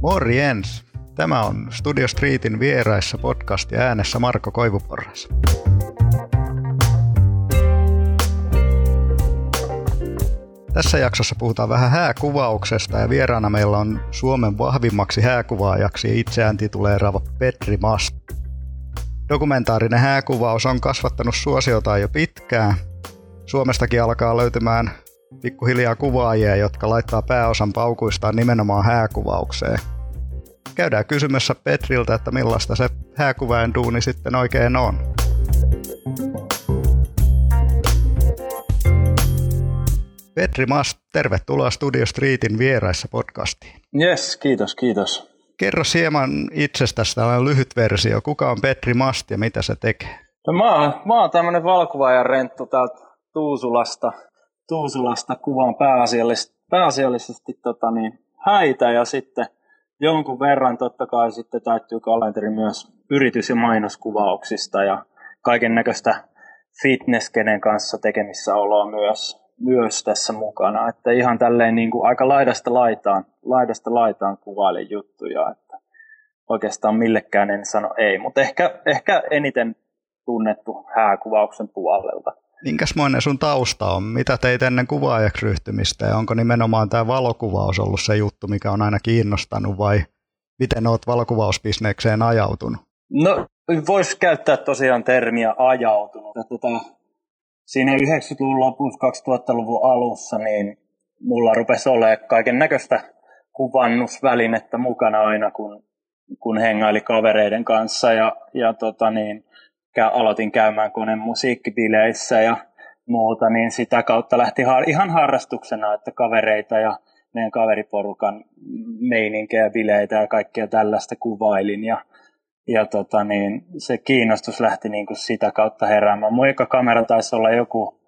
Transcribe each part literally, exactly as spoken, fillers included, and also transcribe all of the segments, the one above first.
Morjens! Tämä on Studio Streetin vieraissa podcast ja äänessä Marko Koivuporras. Tässä jaksossa puhutaan vähän hääkuvauksesta ja vieraana meillä on Suomen vahvimmaksi hääkuvaajaksi itseään tituleeraava Petri Mast. Dokumentaarinen hääkuvaus on kasvattanut suosiotaan jo pitkään. Suomestakin alkaa löytymään pikkuhiljaa kuvaajia, jotka laittaa pääosan paukuistaan nimenomaan hääkuvaukseen. Käydään kysymässä Petriltä, että millaista se hääkuvaajan duuni sitten oikein on. Petri Mast, tervetuloa Studio Streetin vieraissa podcastiin. Jes, kiitos, kiitos. Kerro hieman itsestäsi tällainen lyhyt versio. Kuka on Petri Mast ja mitä se tekee? No, mä oon, mä oon tämmönen valokuvaajan renttu täältä Tuusulasta. Tuusulasta kuvaan pääasiallisesti, pääasiallisesti tota niin, häitä ja sitten jonkun verran totta kai sitten täyttyy kalenteri myös yritys- ja mainoskuvauksista ja kaiken näköistä fitnesskenen kanssa tekemissä oloa myös, myös tässä mukana. Että ihan tälleen niin kuin aika laidasta laitaan, laidasta laitaan kuvailen juttuja, että oikeastaan millekään en sano ei, mutta ehkä, ehkä eniten tunnettu hääkuvauksen puolelta. Minkäsmoinen sun tausta on? Mitä teit ennen kuvaajaksi ryhtymistä ja onko nimenomaan tämä valokuvaus ollut se juttu, mikä on aina kiinnostanut vai miten oot valokuvausbisnekseen ajautunut? No voisi käyttää tosiaan termiä ajautunut. Tota, siinä yhdeksänkymmentäluvun lopussa, kaksituhattaluvun alussa, niin mulla rupesi olemaan kaiken näköistä kuvannusvälinettä mukana aina, kun, kun hengaili kavereiden kanssa ja, ja tota niin, aloitin käymään koneen musiikkibileissä ja muuta, niin sitä kautta lähti har- ihan harrastuksena, että kavereita ja meidän kaveriporukan meininkejä, bileitä ja kaikkea tällaista kuvailin. Ja, ja tota niin, se kiinnostus lähti niin kuin sitä kautta heräämään. Mun eka kamera taisi olla joku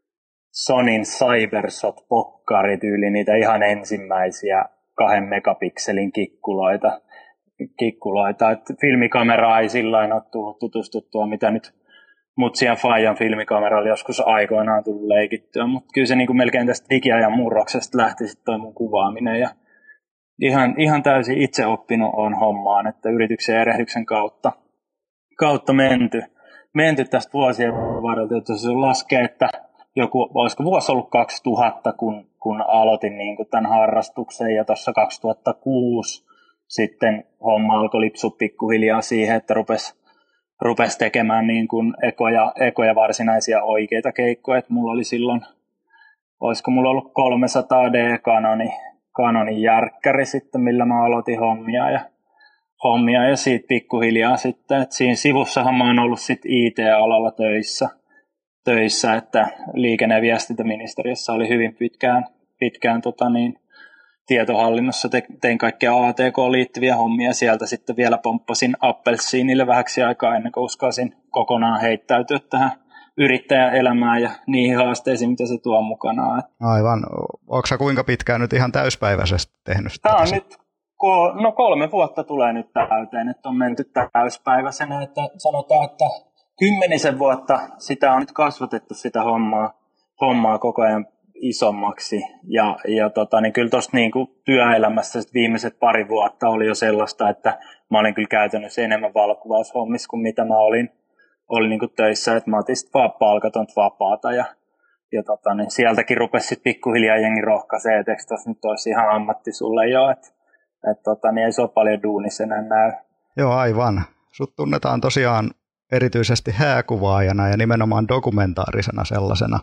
Sonyn Cybershot-pokkari tyyli, niitä ihan ensimmäisiä kahden megapikselin kikkuloita. kikkuloita. Että filmikameraa ei sillä lailla ole tullut tutustuttua, mitä nyt Mutsian Fajan filmikameralla joskus aikoinaan tullut leikittyä, mutta kyllä se niin kuin melkein tästä digiajan murroksesta lähti sitten toi mun kuvaaminen ja ihan, ihan täysin itse oppinut on hommaan, että yrityksen ja erehdyksen kautta, kautta menty, menty tästä vuosien varrelta, että jos laskee, että joku, olisiko vuosi ollut kaksituhatta, kun, kun aloitin niin kuin tämän harrastuksen ja tuossa kaksituhattakuusi sitten homma alkoi lipsua pikkuhiljaa siihen, että rupesi rupes tekemään niin kuin ekoja, ekoja varsinaisia oikeita keikkoja. Et mulla oli silloin, olisiko mulla ollut kolmesataa D Canoni, Canonin järkkäri sitten, millä mä aloitin hommia ja, hommia ja siitä pikkuhiljaa sitten. Et siinä sivussahan mä oon ollut sitten I T-alalla töissä, töissä, että liikenne- ja viestintäministeriössä oli hyvin pitkään, pitkään tota niin, tietohallinnossa tein kaikkia A T K:n liittyviä hommia. Sieltä sitten vielä pomppasin Appelsiinille vähäksi aikaa ennen kuin uskalsin kokonaan heittäytyä tähän yrittäjäelämään ja niihin haasteisiin, mitä se tuo mukanaan. Aivan. Onko sä kuinka pitkään nyt ihan täyspäiväisesti tehnyt sitä? Tämä on nyt, no kolme vuotta tulee nyt täyteen, että on menty täyspäiväisenä. Että sanotaan, että kymmenisen vuotta sitä on nyt kasvatettu sitä hommaa, hommaa koko ajan isommaksi ja, ja tota, niin kyllä tuosta niin kuin työelämässä viimeiset pari vuotta oli jo sellaista, että mä olin kyllä käytännössä enemmän valokuvaushommissa kuin mitä mä olin, olin niin kuin töissä, että mä otin sitten vaan palkatonta vapaata ja, ja tota, niin sieltäkin rupesi sitten pikkuhiljaa jengi rohkaisee, että eikö tuossa nyt olisi ihan ammatti sulle jo, että et, tota, niin ei se ole paljon duunisena näy. Joo, aivan. Sut tunnetaan tosiaan erityisesti hääkuvaajana ja nimenomaan dokumentaarisena sellaisena.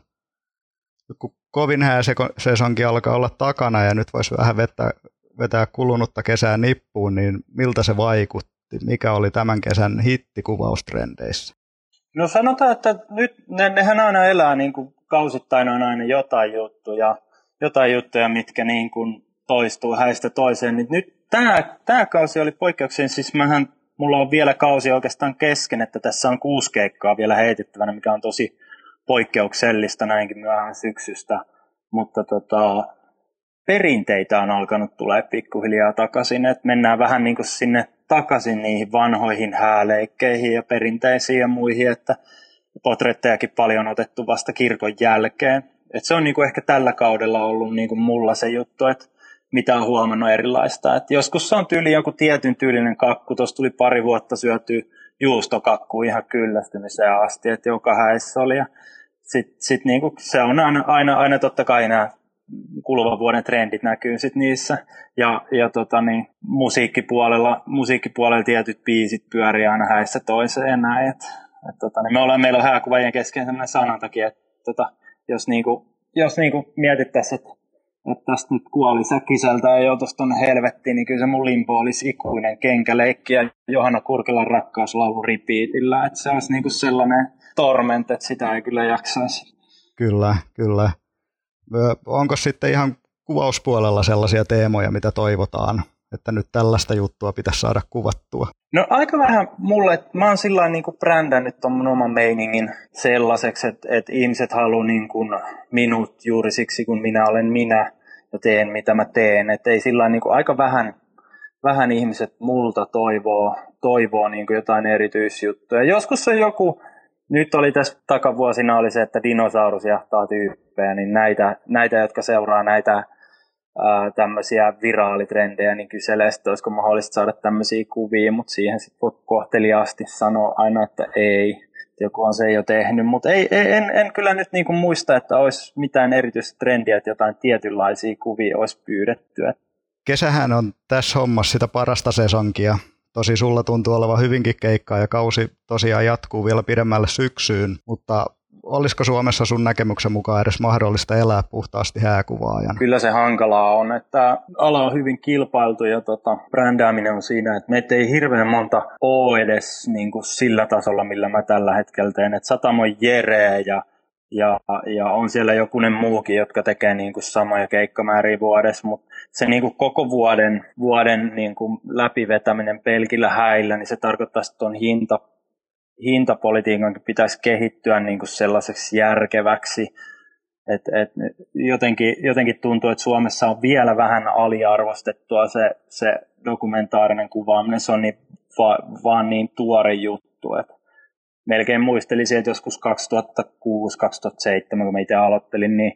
Kun kovin hääsesonkin alkaa olla takana ja nyt voisi vähän vetää, vetää kulunutta kesää nippuun, niin miltä se vaikutti? Mikä oli tämän kesän hittikuvaustrendeissä? No sanotaan, että nyt ne, nehän aina elää niin kuin kausittain on aina jotain juttuja, jotain juttuja, mitkä niin kuin toistuu häistä toiseen. Niin nyt tämä, tämä kausi oli poikkeuksellinen, siis mähän, mulla on vielä kausi oikeastaan kesken, että tässä on kuusi keikkaa vielä heitettävänä, mikä on tosi poikkeuksellista näinkin myöhään syksystä, mutta tota, perinteitä on alkanut tulee pikkuhiljaa takaisin, että mennään vähän niin kuin sinne takaisin niihin vanhoihin hääleikkeihin ja perinteisiin ja muihin, että potrettejakin paljon otettu vasta kirkon jälkeen. Et se on niin kuin ehkä tällä kaudella ollut niin kuin mulla se juttu, että mitä on huomannut erilaista. Et joskus se on tyyli joku tietyn tyylinen kakku. Tuossa tuli pari vuotta syötyä juustokakkuun ihan kyllästymiseen asti, että joka häissä oli. Sitten sit niinku, se on aina, aina, aina totta kai nämä kuluvan vuoden trendit näkyy sit niissä. Ja, ja tota niin, musiikkipuolella, musiikkipuolella tietyt biisit pyörii aina häissä toiseen ja näin. Et, et tota niin, me ollaan, meillä on hääkuvaajien kesken sellainen sanantakin, että tota, jos, niinku, jos niinku mietittäisiin, että et tästä nyt kuoli säkisältä ja joutuisi tuonne helvettiin, niin kyllä se mun limpo olisi ikuinen kenkäleikki ja Johanna Kurkelan rakkauslaulu repeatillä. Että se olisi niinku sellainen torment, että sitä ei kyllä jaksaisi. Kyllä, kyllä. Onko sitten ihan kuvauspuolella sellaisia teemoja, mitä toivotaan, että nyt tällaista juttua pitäisi saada kuvattua? No aika vähän mulle, että mä oon sillä niin kuin brändännyt ton mun oman meiningin sellaiseksi, että, että ihmiset haluaa niin kuin minut juuri siksi, kun minä olen minä ja teen mitä mä teen. Että ei sillä niin kuin aika vähän, vähän ihmiset multa toivoo, toivoo niin kuin jotain erityisjuttuja. Joskus on joku, nyt oli tässä takavuosina oli se, että dinosaurus jahtaa tyyppejä, niin näitä, näitä jotka seuraa näitä ää, tämmöisiä viraalitrendejä, niin kyselee, että olisiko mahdollista saada tämmöisiä kuvia, mutta siihen sitten voi kohteliaasti sanoa aina, että ei, joku on se jo tehnyt, mutta ei, ei, en, en kyllä nyt niinku muista, että olisi mitään erityistä trendiä, että jotain tietynlaisia kuvia olisi pyydetty. Kesähän on tässä hommassa sitä parasta sesonkia. Tosi sulla tuntuu olevan hyvinkin keikkaa ja kausi tosiaan jatkuu vielä pidemmälle syksyyn, mutta olisiko Suomessa sun näkemyksen mukaan edes mahdollista elää puhtaasti hääkuvaajana? Kyllä se hankalaa on, että ala on hyvin kilpailtu ja tota, brändääminen on siinä, että meitä ei hirveän monta ole edes niin kuin sillä tasolla, millä mä tällä hetkellä teen. Että Satamon Jere ja, ja, ja on siellä jokunen muukin, jotka tekee niin kuin samoja keikkamääriä vuodessa, mutta se niin kuin koko vuoden, vuoden niin kuin läpivetäminen pelkillä häillä, niin se tarkoittaa, että tuon hinta hintapolitiikankin pitäisi kehittyä niin kuin sellaiseksi järkeväksi. Et, et jotenkin, jotenkin tuntuu, että Suomessa on vielä vähän aliarvostettua se, se dokumentaarinen kuvaaminen. Se on niin, va, vaan niin tuore juttu. Et melkein muistelisin, että joskus kaksituhattakuusi kaksituhattaseitsemän, kun mä itse aloittelin, niin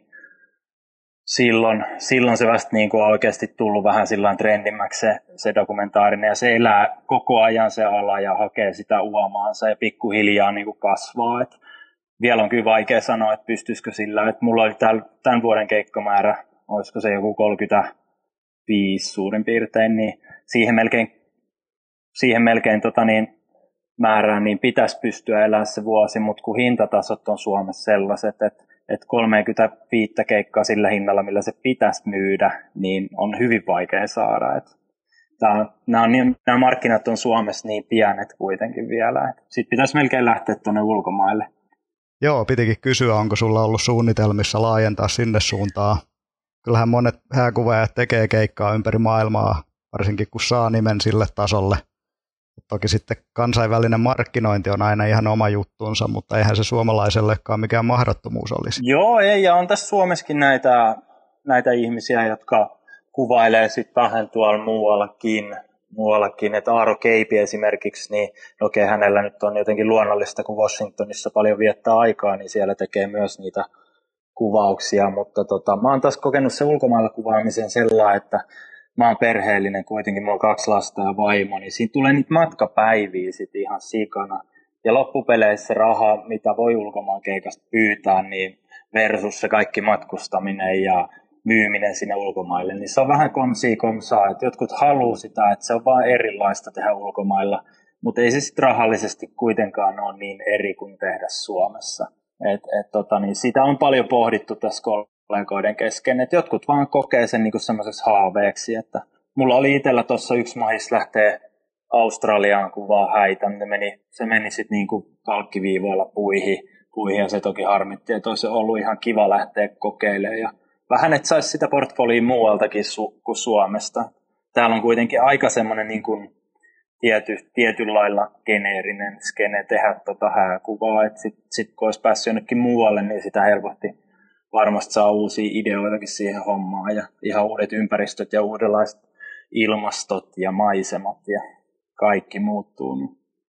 silloin, silloin se vasta niin kuin on oikeasti tullut vähän silloin trendimmäksi se, se dokumentaarinen, ja se elää koko ajan se ala ja hakee sitä uomaansa ja pikkuhiljaa niin kuin kasvaa. Et vielä on kyllä vaikea sanoa, että pystyisikö sillä, että mulla oli täl, tämän vuoden keikkamäärä, olisiko se joku kolmekymmentäviisi suurin piirtein, niin siihen melkein, siihen melkein tota niin, määrään niin pitäisi pystyä elämään se vuosi, mutta kun hintatasot on Suomessa sellaiset, että että kolmekymmentäviisi keikkaa sillä hinnalla, millä se pitäisi myydä, niin on hyvin vaikea saada. Että tää, nämä, on, nämä markkinat on Suomessa niin pienet kuitenkin vielä. Sitten pitäisi melkein lähteä tuonne ulkomaille. Joo, pitikin kysyä, onko sulla ollut suunnitelmissa laajentaa sinne suuntaan. Kyllähän monet hääkuvaajat tekee keikkaa ympäri maailmaa, varsinkin kun saa nimen sille tasolle. Toki sitten kansainvälinen markkinointi on aina ihan oma juttuunsa, mutta eihän se suomalaisellekaan mikään mahdottomuus olisi. Joo, ei, ja on tässä Suomessakin näitä, näitä ihmisiä, jotka kuvailee sitten vähän tuolla muuallakin. muuallakin. Että Aaro Keipi esimerkiksi, niin okei, hänellä nyt on jotenkin luonnollista, kun Washingtonissa paljon viettää aikaa, niin siellä tekee myös niitä kuvauksia, mutta tota, mä oon taas kokenut se ulkomailla kuvaamisen sellainen, että mä oon perheellinen kuitenkin, mulla on kaksi lasta ja vaimo, niin siinä tulee niitä matkapäiviä sit ihan sikana. Ja loppupeleissä se raha, mitä voi ulkomaan keikasta pyytää, niin versus se kaikki matkustaminen ja myyminen sinne ulkomaille, niin se on vähän komsia komsaa, että jotkut haluaa sitä, että se on vaan erilaista tehdä ulkomailla, mutta ei se sitten rahallisesti kuitenkaan ole niin eri kuin tehdä Suomessa. Et, et, tota, niin sitä on paljon pohdittu tässä kollegoiden kesken, että jotkut vaan kokee sen niinku semmoiseksi haaveeksi, että mulla oli itsellä tuossa yksi mahis lähtee Australiaan kuvaa häitä, mutta meni, se meni sitten niinku kalkkiviivoilla puihin, puihin ja se toki harmitti, että olisi ollut ihan kiva lähteä kokeilemaan ja vähän, että saisi sitä portfolioa muualtakin su- kuin Suomesta. Täällä on kuitenkin aika semmoinen niin kuin tiety, tietyllä lailla geneerinen skene tehdä tota hääkuvaa, että sitten sit kun olisi päässyt jonnekin muualle, niin sitä helposti varmasti saa uusia ideoitakin siihen hommaan ja ihan uudet ympäristöt ja uudenlaiset ilmastot ja maisemat ja kaikki muuttuu.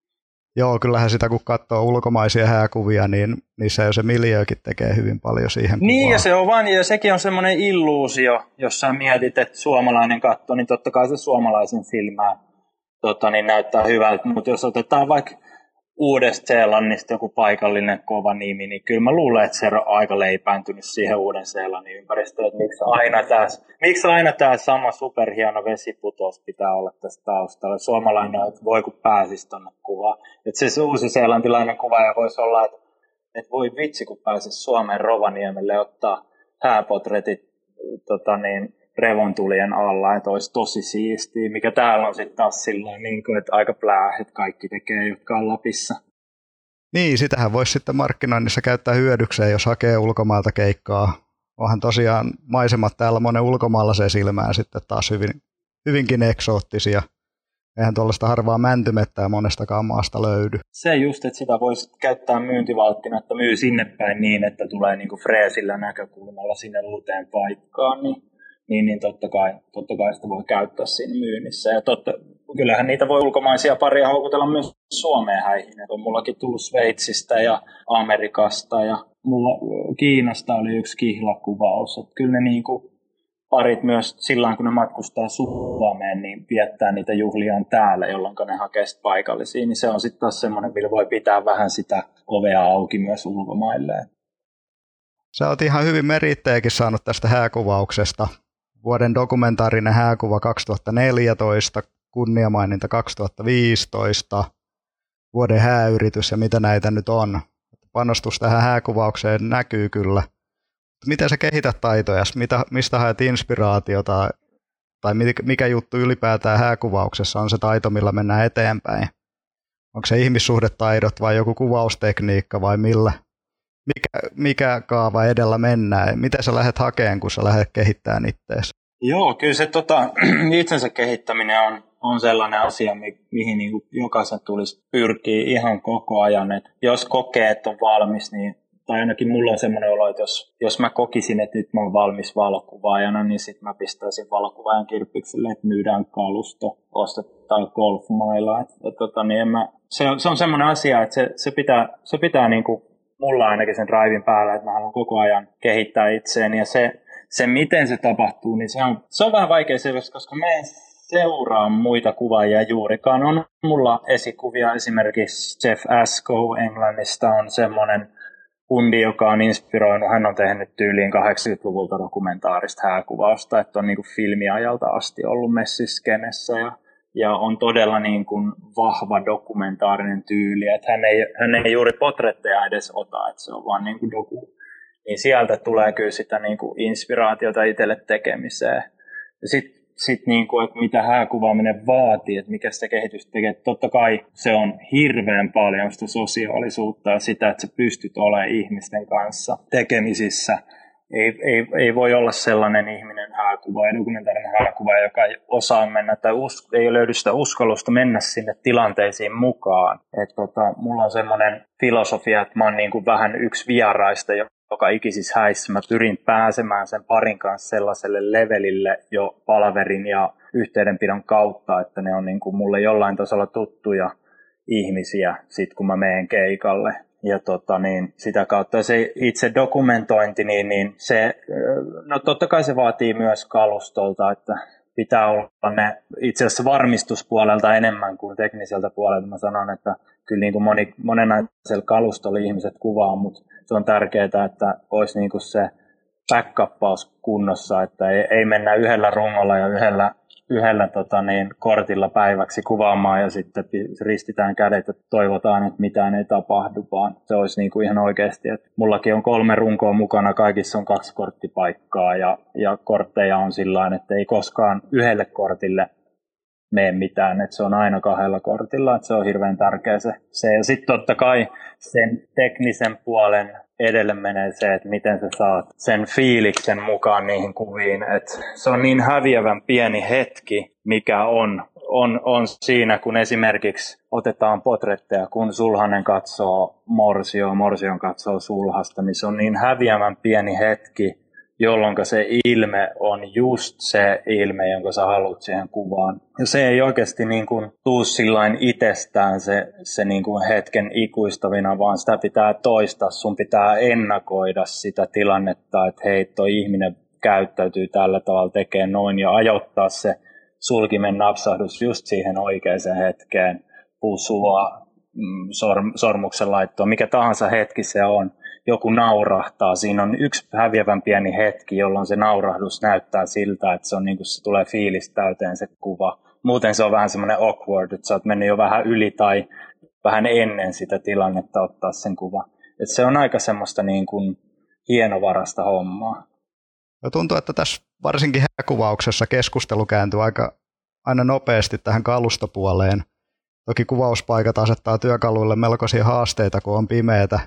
Joo, kyllähän sitä kun katsoo ulkomaisia hääkuvia, niin niissä jo se miljöökin tekee hyvin paljon siihen kuvaan. Niin, ja, se on vaan, ja sekin on semmoinen illuusio, jos sä mietit, että suomalainen katsoo, niin totta kai se suomalaisen silmää tota, niin näyttää hyvältä. Mutta jos otetaan vaikka Uudesta-Seelannista joku paikallinen kova nimi, niin kyllä mä luulen, että se on aika leipääntynyt siihen Uuden-Seelannin ympäristöön, että miksi aina tämä, miksi aina tämä sama superhieno vesiputous pitää olla tässä taustalla. Suomalainen on, että voi kun pääsisi tuonne kuvaan. Että se uusi-seelantilainen kuvaaja voisi olla, että, että voi vitsi kun pääsisi Suomen Rovaniemelle ottaa hääpotretit tota niin, revontulien alla, että olisi tosi siistiä, mikä täällä on sitten taas sillä niin kuin, että aika plää, että kaikki tekee, jotka on Lapissa. Niin, sitähän voisi sitten markkinoinnissa käyttää hyödykseen, jos hakee ulkomailta keikkaa. Onhan tosiaan maisemat täällä monen ulkomaalaiseen silmään sitten taas hyvin, hyvinkin eksoottisia. Eihän tuollaista harvaa mäntymettää monestakaan maasta löydy. Se just, että sitä voisi käyttää myyntivalttina, että myy sinne päin niin, että tulee niinku freesillä näkökulmalla sinne uuteen paikkaan, niin Niin, niin totta, kai, totta kai sitä voi käyttää siinä myynnissä. Ja totta, kyllähän niitä voi ulkomaisia paria houkutella myös Suomeen häihin. Et on mullakin tullut Sveitsistä ja Amerikasta ja mulla Kiinasta oli yksi kihlakuvaus. Et kyllä ne niinku parit myös silloin, kun ne matkustaa Suomeen, niin viettää niitä juhliaan täällä, jolloin ne hakee paikallisia. Niin se on sitten taas semmoinen, millä voi pitää vähän sitä ovea auki myös ulkomaille. Sä oot ihan hyvin merittejäkin saanut tästä hääkuvauksesta. Vuoden dokumentaarinen hääkuva kaksituhattaneljätoista, kunniamaininta kaksituhattaviisitoista, vuoden hääyritys ja mitä näitä nyt on. Panostus tähän hääkuvaukseen näkyy kyllä. Miten sä kehität taitoja? Mitä, mistä haet inspiraatiota? Tai mikä juttu ylipäätään hääkuvauksessa on se taito, millä mennään eteenpäin? Onko se ihmissuhdetaidot vai joku kuvaustekniikka vai millä? Mikä, mikä kaava edellä mennään? Miten sä lähdet hakemaan, kun sä lähdet kehittämään itseäsi? Joo, kyllä se tota, itsensä kehittäminen on, on sellainen asia, mi, mihin niin kuin jokaisen tulisi pyrkiä ihan koko ajan. Et jos kokee, että on valmis, niin, tai ainakin mulla on semmoinen olo, että jos, jos mä kokisin, että nyt mä oon valmis valokuvaajana, niin sitten mä pistäisin valokuvaajan kirppikselle, että myydään kalusto, ostetaan golfmailla. Et, et, tota, niin mä, se, se on semmoinen asia, että se, se pitää, se pitää niin kuin mulla ainakin sen drivin päällä, että mä haluan koko ajan kehittää itseäni, ja se, se miten se tapahtuu, niin se on, se on vähän vaikea selvästi, koska mä en seuraa muita kuvaajia juurikaan. On mulla esikuvia, esimerkiksi Jeff Asko Englannista on semmoinen kundi, joka on inspiroinut, hän on tehnyt tyyliin kahdeksankymmentäluvulta dokumentaarista hääkuvausta, että on niin kuin filmiajalta asti ollut messiskenessä, ja Ja on todella niin kuin vahva dokumentaarinen tyyli, että hän ei, hän ei juuri portretteja edes ota, että se on vaan niin kuin doku. Niin sieltä tulee kyllä sitä niin kuin inspiraatiota itselle tekemiseen. Ja sitten sit niin kuin, että mitä hääkuvaaminen vaatii, että mikä sitä kehitystä tekee. Totta kai se on hirveän paljon sitä sosiaalisuutta ja sitä, että sä pystyt olemaan ihmisten kanssa tekemisissä. Ei, ei, ei voi olla sellainen ihminen hääkuvaaja, dokumentaarinen hääkuvaaja, joka ei osaa mennä tai us, ei löydy sitä uskallusta mennä sinne tilanteisiin mukaan. Et tota, mulla on semmoinen filosofia, että mä oon niin kuin vähän yksi vieraista joka ikisissä häissä. Mä pyrin pääsemään sen parin kanssa sellaiselle levelille jo palaverin ja yhteydenpidon kautta, että ne on niin kuin mulle jollain tasolla tuttuja ihmisiä sit kun mä menen keikalle. Ja tota, niin, sitä kautta se itse dokumentointi, niin, niin se, no totta kai se vaatii myös kalustolta, että pitää olla ne itse asiassa varmistuspuolelta enemmän kuin tekniseltä puolelta. Mä sanon, että kyllä niin kuin moni, monenaisella kalustolla ihmiset kuvaa, mutta se on tärkeää, että olisi niin kuin se backuppaus kunnossa, että ei, ei mennä yhdellä rungolla ja yhdellä yhdellä tota, niin, kortilla päiväksi kuvaamaan ja sitten ristitään kädet ja toivotaan, että mitään ei tapahdu, vaan se olisi niin kuin ihan oikeasti, että mullakin on kolme runkoa mukana, kaikissa on kaksi korttipaikkaa ja, ja kortteja on sillain, että ei koskaan yhdelle kortille mene mitään, että se on aina kahdella kortilla, että se on hirveän tärkeä se. se. Ja sitten totta kai sen teknisen puolen edelle menee se, että miten sä saat sen fiiliksen mukaan niihin kuviin, että se on niin häviävän pieni hetki, mikä on, on, on siinä, kun esimerkiksi otetaan potretteja, kun sulhanen katsoo morsioon, morsion katsoo sulhasta, niin se on niin häviävän pieni hetki, jolloin se ilme on just se ilme, jonka sä haluat siihen kuvaan. Ja se ei oikeasti niin kuin tuu sillain itsestään se, se niin kuin hetken ikuistavina, vaan sitä pitää toistaa. Sun pitää ennakoida sitä tilannetta, että hei, toi ihminen käyttäytyy tällä tavalla, tekee noin, ja ajoittaa se sulkimen napsahdus just siihen oikeaan hetkeen, pusua, sor- sormuksen laittoa, mikä tahansa hetki se on. Joku naurahtaa, siinä on yksi häviävän pieni hetki, jolloin se naurahdus näyttää siltä, että se, on niin kuin se tulee fiilis täyteen se kuva. Muuten se on vähän semmoinen awkward, että sä oot mennyt jo vähän yli tai vähän ennen sitä tilannetta ottaa sen kuva. Et se on aika semmoista niin kuin hienovarasta hommaa. No tuntuu, että tässä varsinkin hääkuvauksessa keskustelu kääntyy aika aina nopeasti tähän kalustopuoleen. Toki kuvauspaikat asettaa työkaluille melkoisia haasteita, kun on pimeätä.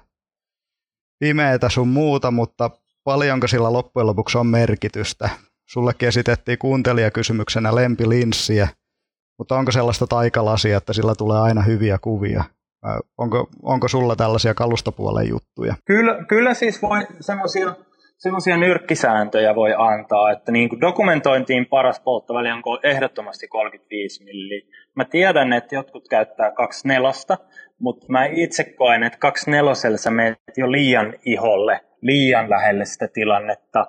pimeätä sun muuta, mutta paljonko sillä loppujen lopuksi on merkitystä? Sullekin esitettiin kuuntelijakysymyksenä lempilinssiä, mutta onko sellaista taikalasia, että sillä tulee aina hyviä kuvia? Onko, onko sulla tällaisia kalustopuolen juttuja? Kyllä, kyllä siis voi semmoisia semmoisia nyrkkisääntöjä voi antaa, että niin kuin dokumentointiin paras polttoväli on ehdottomasti kolmekymmentäviisi milliä. Mä tiedän, että jotkut käyttää kaksikymmentäneljä, mutta mä itse koen, että kaksikymmentäneljä sä menet jo liian iholle, liian lähelle sitä tilannetta,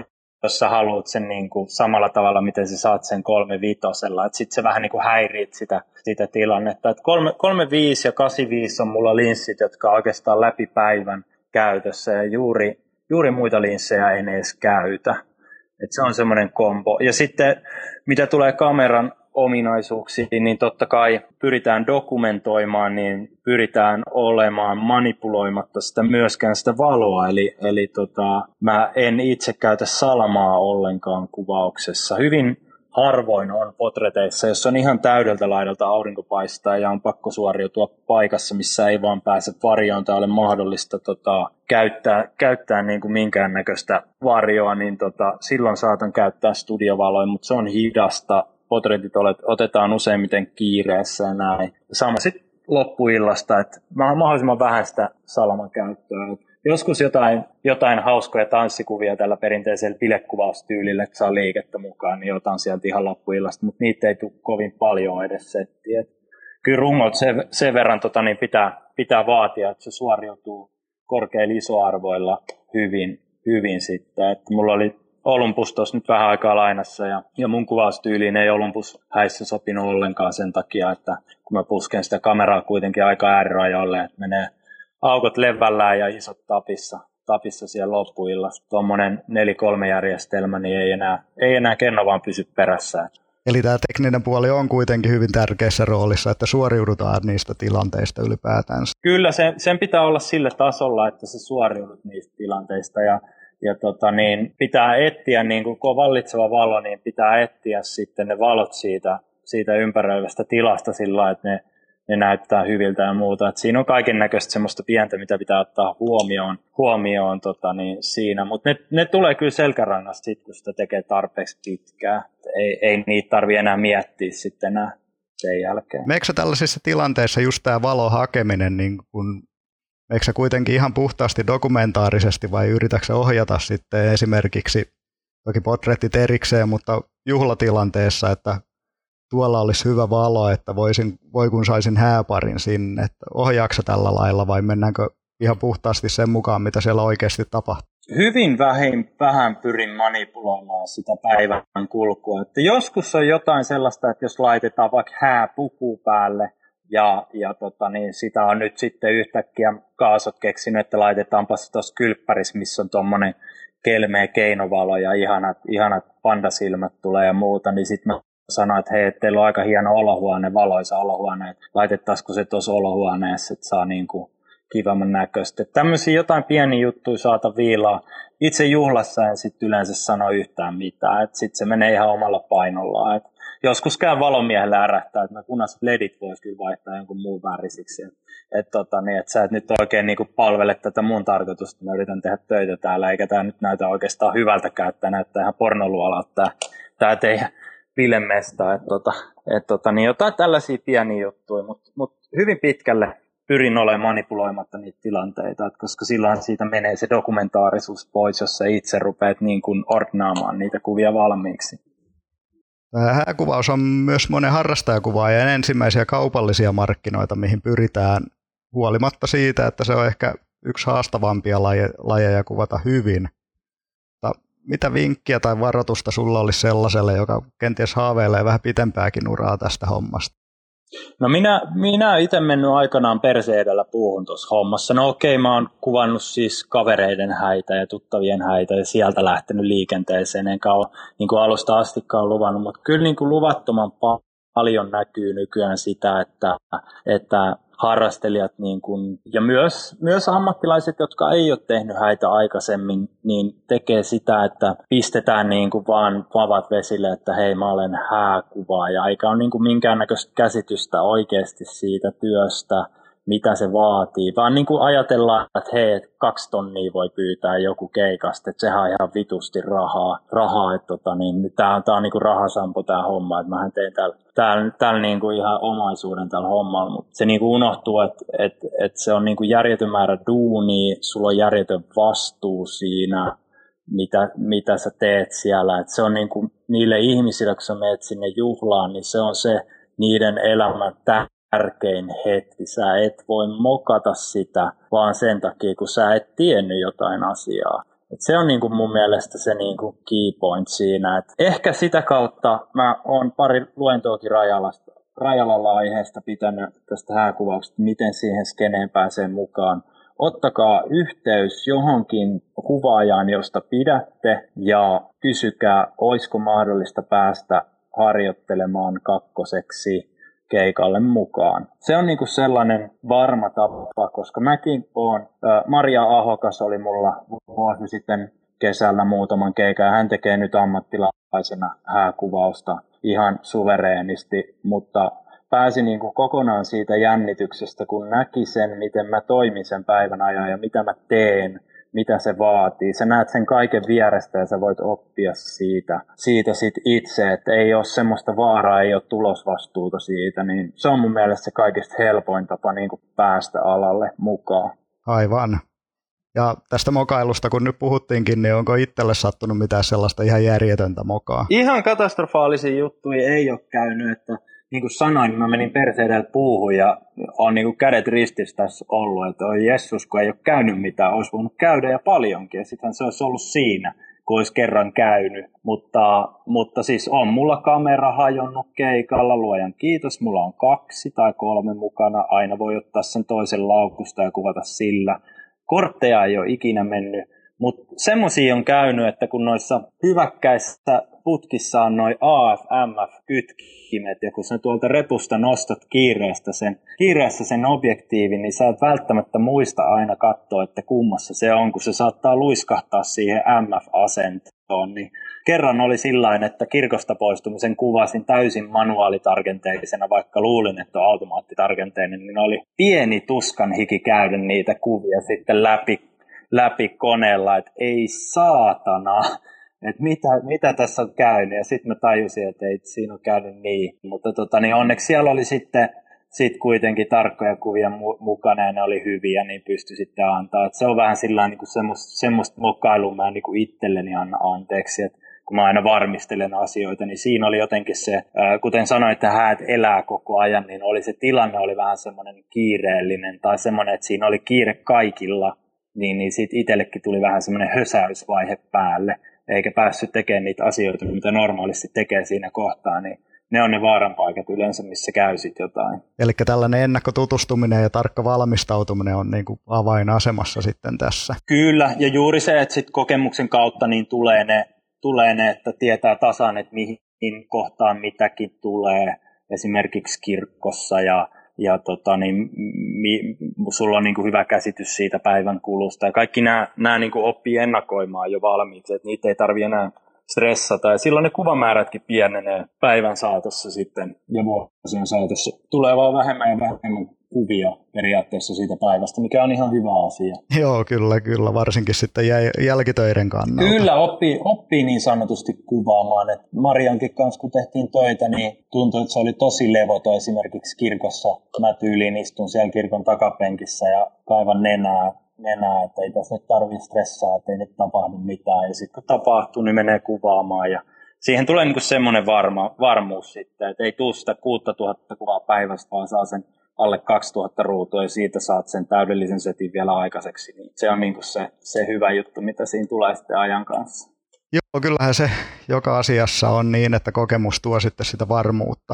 jos sä haluat sen niin kuin samalla tavalla, miten sä saat sen kolmekymmentäviisi. Että sit se vähän niin kuin häiriit sitä, sitä tilannetta. Että kolmekymmentäviisi ja kahdeksankymmentäviisi on mulla linssit, jotka on oikeastaan läpi päivän käytössä ja juuri Juuri muita linssejä en edes käytä. Et se on semmoinen kombo. Ja sitten mitä tulee kameran ominaisuuksiin, niin totta kai pyritään dokumentoimaan, niin pyritään olemaan manipuloimatta sitä myöskään sitä valoa. Eli, eli tota, mä en itse käytä salmaa ollenkaan kuvauksessa. Hyvin harvoin on portreteissa, jos on ihan täydeltä laidalta aurinko paistaa ja on pakko suoriutua paikassa, missä ei vaan pääse varjoon tai ole mahdollista tota, käyttää, käyttää niin kuin minkäännäköistä varjoa, niin tota, silloin saatan käyttää studiovaloja, mutta se on hidasta. Portretit otetaan useimmiten kiireessä ja näin. Sama sitten loppuillasta, että mahdollisimman vähän sitä salaman käyttöä. Joskus jotain, jotain hauskoja tanssikuvia tällä perinteisellä bilekuvaustyylillä, että saa liikettä mukaan, niin otan sieltä ihan loppuillasta, mutta niitä ei tule kovin paljon edes settiä. Kyllä rungot sen, sen verran tota, niin pitää, pitää vaatia, että se suoriutuu korkeilla isoarvoilla hyvin, hyvin sitten. Että mulla oli Olympus tuossa nyt vähän aikaa lainassa ja, ja mun kuvaustyyliin ei Olympus häissä sopinut ollenkaan sen takia, että kun mä pusken sitä kameraa kuitenkin aika äärirajoille, että menee aukot levällään ja isot tapissa, tapissa siellä loppuillassa. Tuommoinen neljä kolme järjestelmä niin ei enää, ei enää kenno vaan pysy perässä. Eli tämä tekninen puoli on kuitenkin hyvin tärkeässä roolissa, että suoriudutaan niistä tilanteista ylipäätään. Kyllä, se, sen pitää olla sillä tasolla, että sä suoriudut niistä tilanteista. Ja, ja tota, niin pitää etsiä, niin kun on vallitseva valo, niin pitää etsiä sitten ne valot siitä, siitä ympäröivästä tilasta sillä, että ne ne näyttää hyviltä ja muuta. Et siinä on kaiken näköistä semmoista pientä, mitä pitää ottaa huomioon, huomioon tota, niin siinä. Mutta ne, ne tulee kyllä selkärangasta sit, kun sitä tekee tarpeeksi pitkään. Ei, ei niitä tarvitse enää miettiä sitten enää sen jälkeen. Meikö tällaisissa tilanteissa just tämä valon hakeminen, niin kun, eikö sä kuitenkin ihan puhtaasti dokumentaarisesti vai yritätkö ohjata sitten esimerkiksi, toki portrettit erikseen, mutta juhlatilanteessa, että tuolla olisi hyvä valo, että voisin, voi kun saisin hääparin sinne, että ohjaaksa tällä lailla vai mennäänkö ihan puhtaasti sen mukaan, mitä siellä oikeasti tapahtuu? Hyvin vähän, vähän pyrin manipuloimaan sitä päivän kulkua. Että joskus on jotain sellaista, että jos laitetaan vaikka hääpuku päälle ja, ja tota, niin sitä on nyt sitten yhtäkkiä kaasot keksinyt, että laitetaanpa se tuossa kylppärissä, missä on tuommoinen kelmeä keinovalo ja ihanat, ihanat pandasilmät tulee ja muuta, niin sitten mä sanoin, että hei, teillä on aika hieno olohuone, valoisa olohuone, että laitettaisiko se tuossa olohuoneessa, että saa niin kuin kivamman näköistä. Tämmöisiä jotain pieniä juttuja saata viilaa. Itse juhlassa en sitten yleensä sano yhtään mitään, että sitten se menee ihan omalla painollaan. Et joskus käy valomiehelle ärähtää, että mä punaiset ledit voisi kyllä vaihtaa jonkun muun värisiksi. Että et tota, niin, et sä et nyt oikein niinku palvele tätä mun tarkoitusta, mä yritän tehdä töitä täällä, eikä tää nyt näytä oikeastaan hyvältäkään, että näyttää ihan pornoluolalta tää, tää teidän bilemesta. Että tota, et tota, niin jotain tällaisia pieniä juttuja, mutta mut hyvin pitkälle pyrin olemaan manipuloimatta niitä tilanteita, että koska silloin siitä menee se dokumentaarisuus pois, jos sä itse rupeat niin kuin ordnaamaan niitä kuvia valmiiksi. Hääkuvaus on myös monen harrastajakuvaajan ensimmäisiä kaupallisia markkinoita, mihin pyritään huolimatta siitä, että se on ehkä yksi haastavampia laje, lajeja kuvata hyvin. Mutta mitä vinkkiä tai varoitusta sulla olisi sellaiselle, joka kenties haaveilee vähän pitempääkin uraa tästä hommasta? No minä, minä itse mennyt aikanaan perse edellä puuhun tuossa hommassa. No okei, mä oon kuvannut siis kavereiden häitä ja tuttavien häitä ja sieltä lähtenyt liikenteeseen, enkä ole niin kuin alusta astikkaan luvannut, mutta kyllä niin kuin luvattoman paljon näkyy nykyään sitä, että, että harrastelijat niin kuin, ja myös, myös ammattilaiset, jotka ei ole tehnyt häitä aikaisemmin, niin tekee sitä, että pistetään niin kuin vaan vavat vesille, että hei, mä olen hääkuvaaja, eikä ole niin kuin minkäännäköistä käsitystä oikeasti siitä työstä, mitä se vaatii, vaan niin kuin ajatellaan, että hei, että kaksi tonnia voi pyytää joku keikasta, että sehän on ihan vitusti rahaa, rahaa että tota, niin, tämä on, tää on niin kuin rahasampo tämä homma, että mähän tein täällä, täällä, täällä niin kuin ihan omaisuuden tällä hommalla, mutta se niin kuin unohtuu, että, että, että se on niin kuin järjetön määrä duunia, sulla on järjetön vastuu siinä, mitä, mitä sä teet siellä, että se on niin kuin niille ihmisille, kun sä menet sinne juhlaan, niin se on se niiden elämän tärkein. tärkein hetki. Sä et voi mokata sitä vaan sen takia, kun sä et tiennyt jotain asiaa. Et se on niinku mun mielestä se niinku key point siinä. Et ehkä sitä kautta mä oon pari luentoakin Rajalasta, Rajalalla aiheesta pitänyt tästä hääkuvauksesta, miten siihen skeneen pääsee mukaan. Ottakaa yhteys johonkin kuvaajaan, josta pidätte, ja kysykää, olisiko mahdollista päästä harjoittelemaan kakkoseksi keikalle mukaan. Se on niinku sellainen varma tapa, koska mäkin oon, Maria Ahokas oli mulla vuosi sitten kesällä muutaman keikan, ja hän tekee nyt ammattilaisena hääkuvausta ihan suvereenisti, mutta pääsi niinku kokonaan siitä jännityksestä, kun näki sen, miten mä toimin sen päivän ajan ja mitä mä teen, mitä se vaatii. Sä näet sen kaiken vierestä ja sä voit oppia siitä, siitä sit itse, että ei ole semmoista vaaraa, ei ole tulosvastuuta siitä, niin se on mun mielestä se kaikista helpoin tapa niin kuin päästä alalle mukaan. Aivan. Ja tästä mokailusta, kun nyt puhuttiinkin, niin onko itselle sattunut mitään sellaista ihan järjetöntä mokaa? Ihan katastrofaalisia juttuja ei ole käynyt, että niin kuin sanoin, niin mä menin perseedellä puuhun ja on niin kuin kädet ristissä tässä ollut, että oi Jessus, kun ei ole käynyt mitään, olisi voinut käydä ja paljonkin, ja sittenhän se olisi ollut siinä, kun olisi kerran käynyt, mutta, mutta siis on mulla kamera hajonnut keikalla, luojan kiitos, mulla on kaksi tai kolme mukana, aina voi ottaa sen toisen laukusta ja kuvata sillä. Kortteja ei ole ikinä mennyt, mutta semmoisia on käynyt, että kun noissa hyväkkäissä putkissa on noi A F M F-kytkimet, ja kun sä tuolta repusta nostat kiireessä sen, kiireessä sen objektiivin, niin sä et välttämättä muista aina katsoa, että kummassa se on, kun se saattaa luiskahtaa siihen M F-asentoon. Niin kerran oli sillain, että kirkosta poistumisen kuvasin täysin manuaalitarkenteisena, vaikka luulin, että on automaattitarkenteinen, niin oli pieni tuskan hiki käydä niitä kuvia sitten läpi, läpi koneella, että ei saatana, että mitä, mitä tässä on käynyt, ja sitten mä tajusin, että ei siinä on käynyt niin, mutta tota, niin onneksi siellä oli sitten sit kuitenkin tarkkoja kuvia mu- mukana, ja ne oli hyviä, niin pystyi sitten antaa, että se on vähän sillä niin kuin semmoista, semmoista mokailua mä niin kuin itselleni anna anteeksi, että kun mä aina varmistelen asioita, niin siinä oli jotenkin se, kuten sanoin, että häät elää koko ajan, niin oli se tilanne oli vähän semmoinen kiireellinen, tai semmoinen, että siinä oli kiire kaikilla, niin, niin sitten itsellekin tuli vähän semmoinen hösäysvaihe päälle, eikä päässyt tekemään niitä asioita, mitä normaalisti tekee siinä kohtaa, niin ne on ne vaaranpaikat yleensä, missä käy sitten jotain. Eli tällainen ennakkotutustuminen ja tarkka valmistautuminen on niin kuin avainasemassa sitten tässä. Kyllä, ja juuri se, että sitten kokemuksen kautta niin tulee ne, tulee ne, että tietää tasan, että mihin kohtaan mitäkin tulee, esimerkiksi kirkossa, ja Ja tota, niin, mi, sulla on niin kuin hyvä käsitys siitä päivän kulusta. Ja kaikki nämä, nämä niin kuin oppii ennakoimaan jo valmiiksi, että niitä ei tarvitse enää stressata. Ja silloin ne kuvamäärätkin pienenee päivän saatossa sitten ja vuosien saatossa. Tulee vaan vähemmän ja vähemmän kuvia periaatteessa siitä päivästä, mikä on ihan hyvä asia. Joo, kyllä, kyllä. Varsinkin sitten jälkitöiden kannalta. Kyllä, oppii, oppii niin sanotusti kuvaamaan. Et Mariankin kanssa, kun tehtiin töitä, niin tuntui, että se oli tosi levoton esimerkiksi kirkossa. Mä tyyliin istun siellä kirkon takapenkissä ja kaivan nenää, nenää että ei tässä nyt tarvitse stressaa, että ei nyt tapahdu mitään. Ja sitten kun tapahtuu, niin menee kuvaamaan ja siihen tulee niinku semmoinen varma, varmuus sitten, että ei tule sitä kuusituhatta kuvaa päivästä, vaan saa sen alle kaksituhatta ruutua ja siitä saat sen täydellisen setin vielä aikaiseksi. Niin se on niinku se, se hyvä juttu, mitä siinä tulee sitten ajan kanssa. Joo, kyllähän se joka asiassa on niin, että kokemus tuo sitten sitä varmuutta.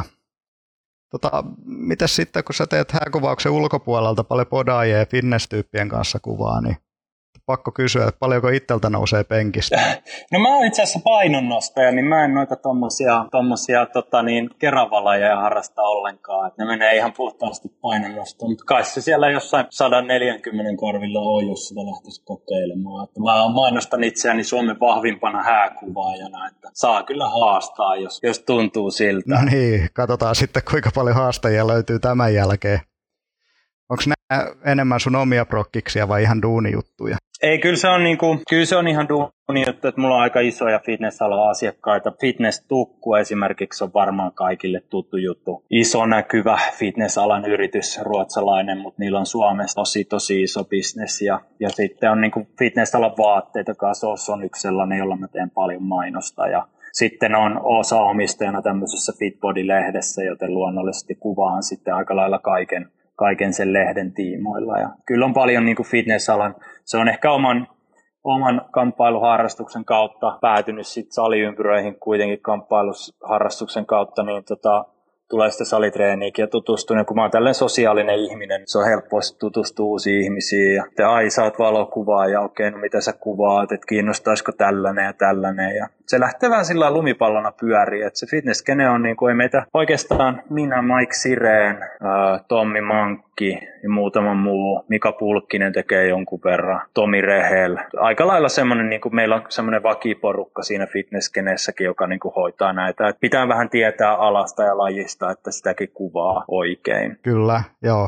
Tota, mitäs sitten, kun sä teet hääkuvauksen ulkopuolelta paljon podaajia ja fitness-tyyppien kanssa kuvaa, niin pakko kysyä, että paljonko itseltä nousee penkistä? No mä oon itse asiassa painonnostaja, niin mä en noita tommosia, tommosia tota niin, keravalajeja harrasta ollenkaan. Et ne menee ihan puhtaasti painonnostoon, mutta kai se siellä jossain sata neljäkymmentä korvilla on, jos sitä lähtisi kokeilemaan. Että mä mainostan itseäni Suomen vahvimpana hääkuvaajana, että saa kyllä haastaa, jos, jos tuntuu siltä. No niin, katsotaan sitten kuinka paljon haastajia löytyy tämän jälkeen. Onko nämä enemmän sun omia prokkiksia vai ihan duunijuttuja? Ei, kyllä se on, niinku, kyllä se on ihan duunijuttu, että mulla on aika isoja fitness-alan asiakkaita. Fitness-tukku esimerkiksi on varmaan kaikille tuttu juttu. Iso näkyvä fitness-alan yritys, ruotsalainen, mutta niillä on Suomessa tosi tosi iso bisnes. Ja, ja sitten on niinku fitness-alan vaatteita, Kasos on yksi sellainen, jolla mä teen paljon mainosta. Ja sitten on osa omistajana tämmöisessä Fitbody-lehdessä, joten luonnollisesti kuvaan sitten aika lailla kaiken. kaiken sen lehden tiimoilla. Ja kyllä on paljon niin kuin fitness-alan, se on ehkä oman, oman kamppailuharrastuksen kautta päätynyt sit saliympyröihin kuitenkin kamppailuharrastuksen kautta, niin tota, tulee sitten salitreeniäkin ja tutustunut. Ja kun mä oon tällainen sosiaalinen ihminen, niin se on helppo tutustua uusiin ihmisiin. Ja te, ai, sä oot valokuvaa ja okei, no mitä sä kuvaat, että kiinnostaisiko tällainen ja tällainen. Ja se lähtee vähän sillä lumipallona pyöriin, että se fitnesskene on niin kuin ei meitä oikeastaan minä, Mike Sireen, ää, Tommi Mankki ja muutama muu. Mika Pulkkinen tekee jonkun verran, Tomi Rehel. Aika lailla semmoinen, niin kuin meillä on semmoinen vakiporukka siinä fitnesskeneessäkin, joka niin kuin hoitaa näitä. Et pitää vähän tietää alasta ja lajista, että sitäkin kuvaa oikein. Kyllä, joo.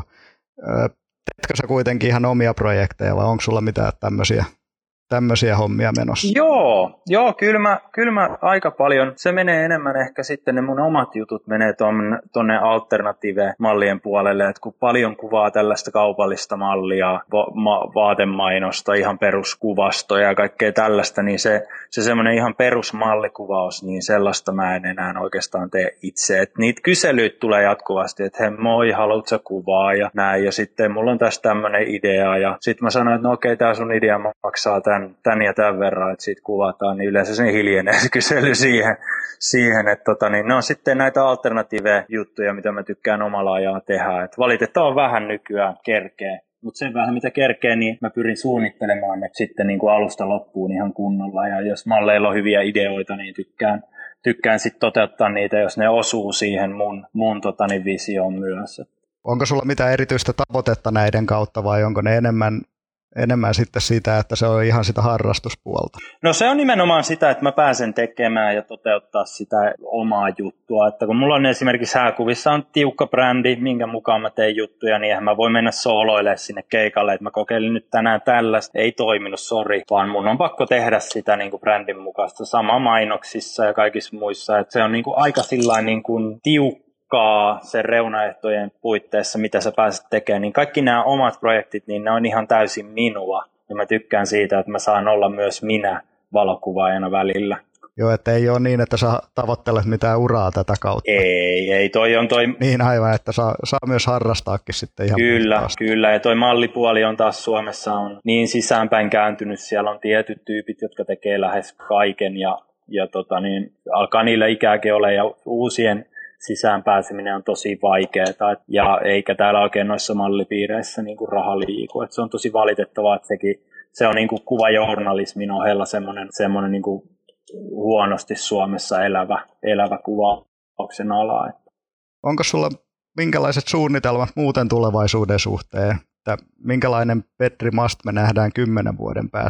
Teetkö sä kuitenkin ihan omia projekteja vai onko sulla mitään tämmöisiä? tämmöisiä hommia menossa? Joo, joo kyllä, mä, kyllä mä aika paljon, se menee enemmän ehkä sitten ne mun omat jutut menee tuonne alternative-mallien puolelle, että kun paljon kuvaa tällaista kaupallista mallia, va- ma- vaatemainosta, ihan peruskuvastoja ja kaikkea tällaista, niin se, se semmoinen ihan perusmallikuvaus, niin sellaista mä en enää oikeastaan tee itse. Et niitä kyselyitä tulee jatkuvasti, että hei moi, haluatko sä kuvaa ja näin, ja sitten mulla on tässä tämmöinen idea, ja sitten mä sanoin, että no okei, tää sun idea maksaa tämän Tän ja tämän verran, että siitä kuvataan, niin yleensä se hiljenee se kysely siihen, siihen että tota, niin ne on sitten näitä alternatiive-juttuja, mitä mä tykkään omalla ajalla tehdä. Et valitettavan vähän nykyään kerkee, mutta sen vähän mitä kerkee, niin mä pyrin suunnittelemaan ne sitten niin kuin alusta loppuun ihan kunnolla. Ja jos malleilla on hyviä ideoita, niin tykkään, tykkään sitten toteuttaa niitä, jos ne osuu siihen mun, mun tota, niin visioon myös. Onko sulla mitään erityistä tavoitetta näiden kautta vai onko ne enemmän enemmän sitten sitä, että se on ihan sitä harrastuspuolta? No se on nimenomaan sitä, että mä pääsen tekemään ja toteuttaa sitä omaa juttua. Että kun mulla on esimerkiksi hääkuvissa on tiukka brändi, minkä mukaan mä teen juttuja, niin eihän mä voi mennä sooloille sinne keikalle, että mä kokeilin nyt tänään tällaista, ei toiminut, sori, vaan mun on pakko tehdä sitä niin kuin brändin mukaista, sama mainoksissa ja kaikissa muissa. Että se on niin kuin aika sillain niin kuin tiukka sen reunaehtojen puitteissa, mitä sä pääset tekemään, niin kaikki nämä omat projektit, niin ne on ihan täysin minua. Ja mä tykkään siitä, että mä saan olla myös minä valokuvaajana välillä. Joo, että ei ole niin, että sä tavoittelet mitään uraa tätä kautta. Ei, ei, toi on toi... Niin aivan, että saa, saa myös harrastaakin sitten ihan Kyllä, puhtaasti. kyllä, ja toi mallipuoli on taas Suomessa on niin sisäänpäin kääntynyt, siellä on tietyt tyypit, jotka tekee lähes kaiken, ja, ja tota niin, alkaa niillä ikääkin olla, ja uusien sisään pääseminen on tosi vaikeaa, ja eikä täällä oikein noissa mallipiireissä niin kuin raha liiku. Et se on tosi valitettavaa, että sekin, se on niin kuin kuvajournalismin ohella semmoinen, semmoinen niin kuin huonosti Suomessa elävä, elävä kuvauksen ala. Onko sulla minkälaiset suunnitelmat muuten tulevaisuuden suhteen? Että minkälainen Petri Mast me nähdään kymmenen vuoden päästä?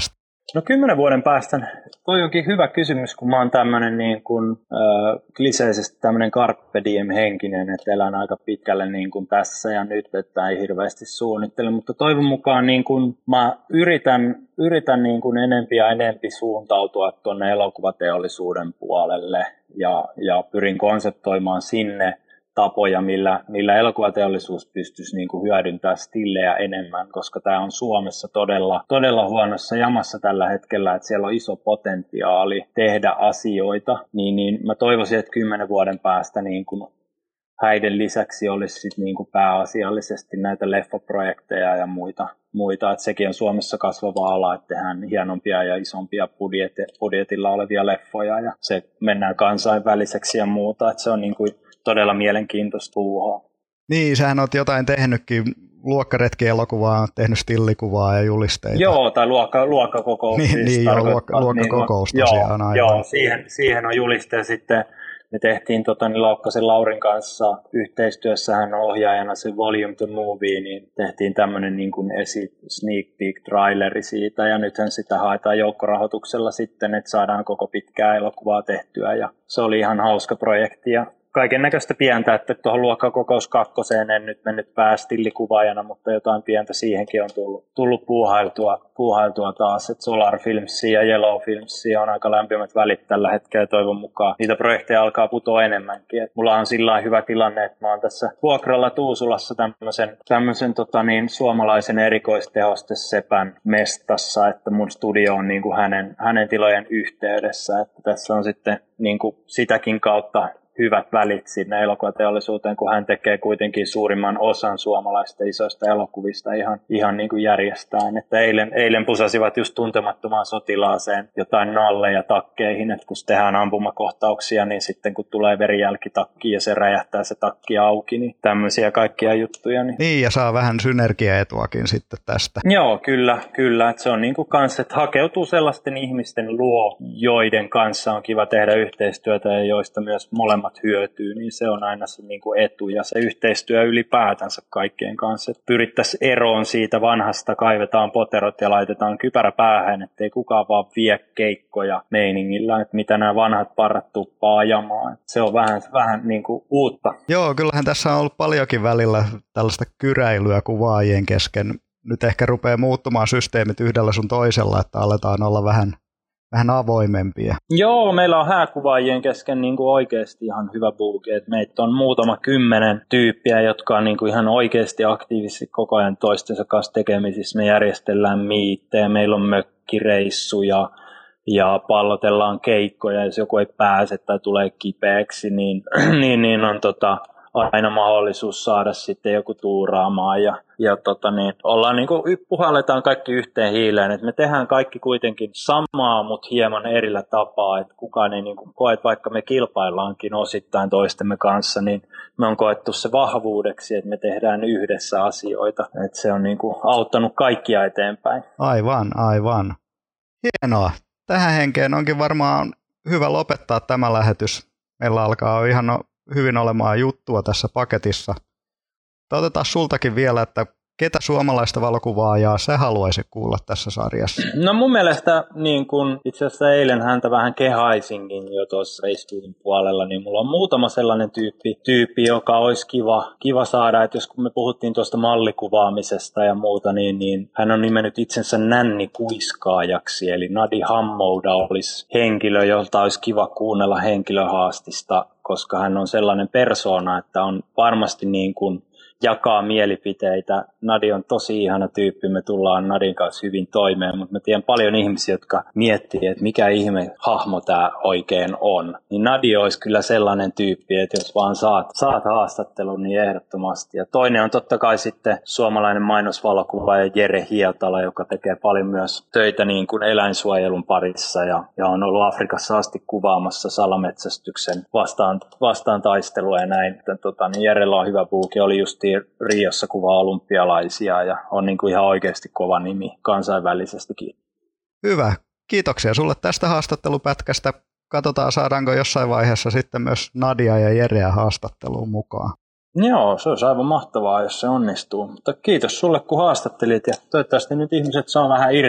No kymmenen vuoden päästä, toi onkin hyvä kysymys, kun mä oon tämmönen niin kuin, äh, kliseisesti tämmönen carpe diem henkinen, että elän aika pitkälle niin kuin tässä ja nyt, että ei hirveästi suunnittele, mutta toivon mukaan niin kuin mä yritän, yritän niin kuin enempi ja enempi suuntautua tuonne elokuvateollisuuden puolelle ja, ja pyrin konseptoimaan sinne tapoja, millä, millä elokuvateollisuus pystyisi niin kuin hyödyntämään stillejä enemmän, koska tämä on Suomessa todella, todella huonossa jamassa tällä hetkellä, että siellä on iso potentiaali tehdä asioita, niin, niin mä toivoisin, että kymmenen vuoden päästä niin kuin häiden lisäksi olisi sit niin kuin pääasiallisesti näitä leffaprojekteja ja muita, muita, että sekin on Suomessa kasvava ala, että tehdään hienompia ja isompia budjet- budjetilla olevia leffoja ja se mennään kansainväliseksi ja muuta, että se on niin kuin todella mielenkiintoista puuhaa. Niin, sähän oot jotain tehnytkin, luokkaretki-elokuvaa, tehnyt stillikuvaa ja julisteita. Joo, tai luokka, luokkakokouksia. Niin, niin joo, luokka, luokkakokous niin, tosiaan aivan. Joo, siihen, siihen on juliste sitten. Me tehtiin tota, niin Laukkasen Laurin kanssa yhteistyössä, hän on ohjaajana se Volume to Movie, niin tehtiin tämmöinen niin kuin esi sneak peek traileri siitä, ja nythän sitä haetaan joukkorahoituksella sitten, että saadaan koko pitkää elokuvaa tehtyä, ja se oli ihan hauska projekti, ja kaiken näköistä pientä, että tuohon luokkakokous kakkoseen en nyt mennyt päästillikuvaajana, mutta jotain pientä siihenkin on tullut, tullut puuhailtua, puuhailtua taas, että Solar Filmsia ja Yellow Filmsia on aika lämpimät välit tällä hetkellä toivon mukaan. Niitä projekteja alkaa putoa enemmänkin. Et mulla on sillä hyvä tilanne, että mä oon tässä vuokralla Tuusulassa tämmöisen, tämmöisen tota niin, suomalaisen erikoistehostesepän mestassa, että mun studio on niin kuin hänen, hänen tilojen yhteydessä, että tässä on sitten niin kuin sitäkin kautta hyvät välit sinne elokuvateollisuuteen, kun hän tekee kuitenkin suurimman osan suomalaisista isoista elokuvista ihan, ihan niin kuin järjestään. Että eilen, eilen pusasivat just Tuntemattomaan sotilaaseen jotain nalleja takkeihin, että kun tehdään ampumakohtauksia, niin sitten kun tulee verijälki takkiin ja se räjähtää se takki auki, niin tämmöisiä kaikkia juttuja. Niin, niin ja saa vähän synergiaetuakin sitten tästä. Joo, kyllä, kyllä. Että se on niin kuin kans, että hakeutuu sellaisten ihmisten luo, joiden kanssa on kiva tehdä yhteistyötä ja joista myös molemmat hyötyy, niin se on aina se niin kuin etu ja se yhteistyö ylipäätänsä kaikkien kanssa. Että pyrittäisiin eroon siitä vanhasta, kaivetaan poterot ja laitetaan kypärä päähän, ettei kukaan vaan vie keikkoja meiningillä, että mitä nämä vanhat parrat tuppaa ajamaan. Että se on vähän, vähän niin kuin uutta. Joo, kyllähän tässä on ollut paljonkin välillä tällaista kyräilyä kuvaajien kesken. Nyt ehkä rupeaa muuttumaan systeemit yhdellä sun toisella, että aletaan olla vähän vähän avoimempia. Joo, meillä on hääkuvaajien kesken niin kuin oikeasti ihan hyvä buuki. Meitä on muutama kymmenen tyyppiä, jotka on niin kuin ihan oikeasti aktiivisesti koko ajan toistensa kanssa tekemisissä. Me järjestellään miittejä, meillä on mökkireissuja ja pallotellaan keikkoja. Jos joku ei pääse tai tulee kipeäksi, niin, niin, niin on tota, aina mahdollisuus saada sitten joku tuuraamaan ja Ja tota niin, ollaan niin kuin, puhalletaan kaikki yhteen hiileen, että me tehdään kaikki kuitenkin samaa, mutta hieman erillä tapaa, että kukaan ei niin kuin koe, että vaikka me kilpaillaankin osittain toistemme kanssa, niin me on koettu se vahvuudeksi, että me tehdään yhdessä asioita, että se on niin kuin auttanut kaikkia eteenpäin. Aivan, aivan. Hienoa. Tähän henkeen onkin varmaan hyvä lopettaa tämä lähetys. Meillä alkaa ihan hyvin olemaan juttua tässä paketissa. Otetaan sultakin vielä, että ketä suomalaista valokuvaajaa sä haluaisit kuulla tässä sarjassa? No mun mielestä niin kun itse asiassa eilen häntä vähän kehaisinkin jo tuossa Facebookin puolella, niin mulla on muutama sellainen tyyppi, tyyppi joka olisi kiva, kiva saada, että jos kun me puhuttiin tuosta mallikuvaamisesta ja muuta, niin, niin hän on nimennyt itsensä nännikuiskaajaksi, eli Nadi Hammouda olisi henkilö, jolta olisi kiva kuunnella henkilöhaastista, koska hän on sellainen persoona, että on varmasti niin kuin jakaa mielipiteitä. Nadi on tosi ihana tyyppi, me tullaan Nadin kanssa hyvin toimeen, mutta mä tiedän paljon ihmisiä, jotka miettii, että mikä ihme hahmo tämä oikein on. Niin Nadi olisi kyllä sellainen tyyppi, että jos vaan saat, saat haastattelun, niin ehdottomasti. Ja toinen on totta kai sitten suomalainen mainosvalokuvaaja Jere Hietala, joka tekee paljon myös töitä niin kuin eläinsuojelun parissa ja, ja on ollut Afrikassa asti kuvaamassa salametsästyksen vastaan, vastaan taistelua ja näin. Tota, niin Jerellä on hyvä buuki, oli just Riossa kuvaa olympialaisia ja on niin kuin ihan oikeasti kova nimi kansainvälisestikin. Hyvä. Kiitoksia sulle tästä haastattelupätkästä. Katsotaan, saadaanko jossain vaiheessa sitten myös Nadia ja Jereä haastatteluun mukaan. Joo, se olisi aivan mahtavaa, jos se onnistuu. Mutta kiitos sulle, kun haastattelit ja toivottavasti nyt ihmiset saa vähän irti,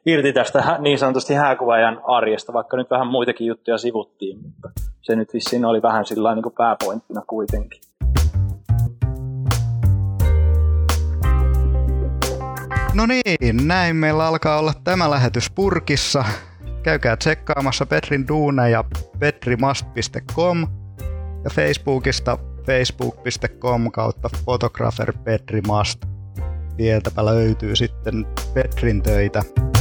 irti tästä niin sanotusti hääkuvaajan arjesta, vaikka nyt vähän muitakin juttuja sivuttiin, mutta se nyt vissiin oli vähän sillä niin kuin pääpointtina kuitenkin. No niin, näin meillä alkaa olla tämä lähetys purkissa. Käykää tsekkaamassa Petrin duuneja petrimast piste com ja Facebookista facebook piste com kautta photographer Petri Mast. Sieltäpä löytyy sitten Petrin töitä.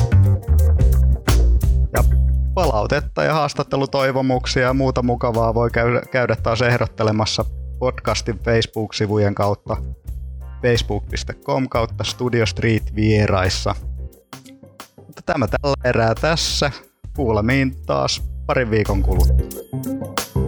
Ja palautetta ja haastattelutoivomuksia ja muuta mukavaa voi käydä, käydä taas ehdottelemassa podcastin Facebook-sivujen kautta facebook piste com kautta Studio Street vieraissa. Mutta tämä tällä erää tässä. Kuulemiin taas parin viikon kuluttua.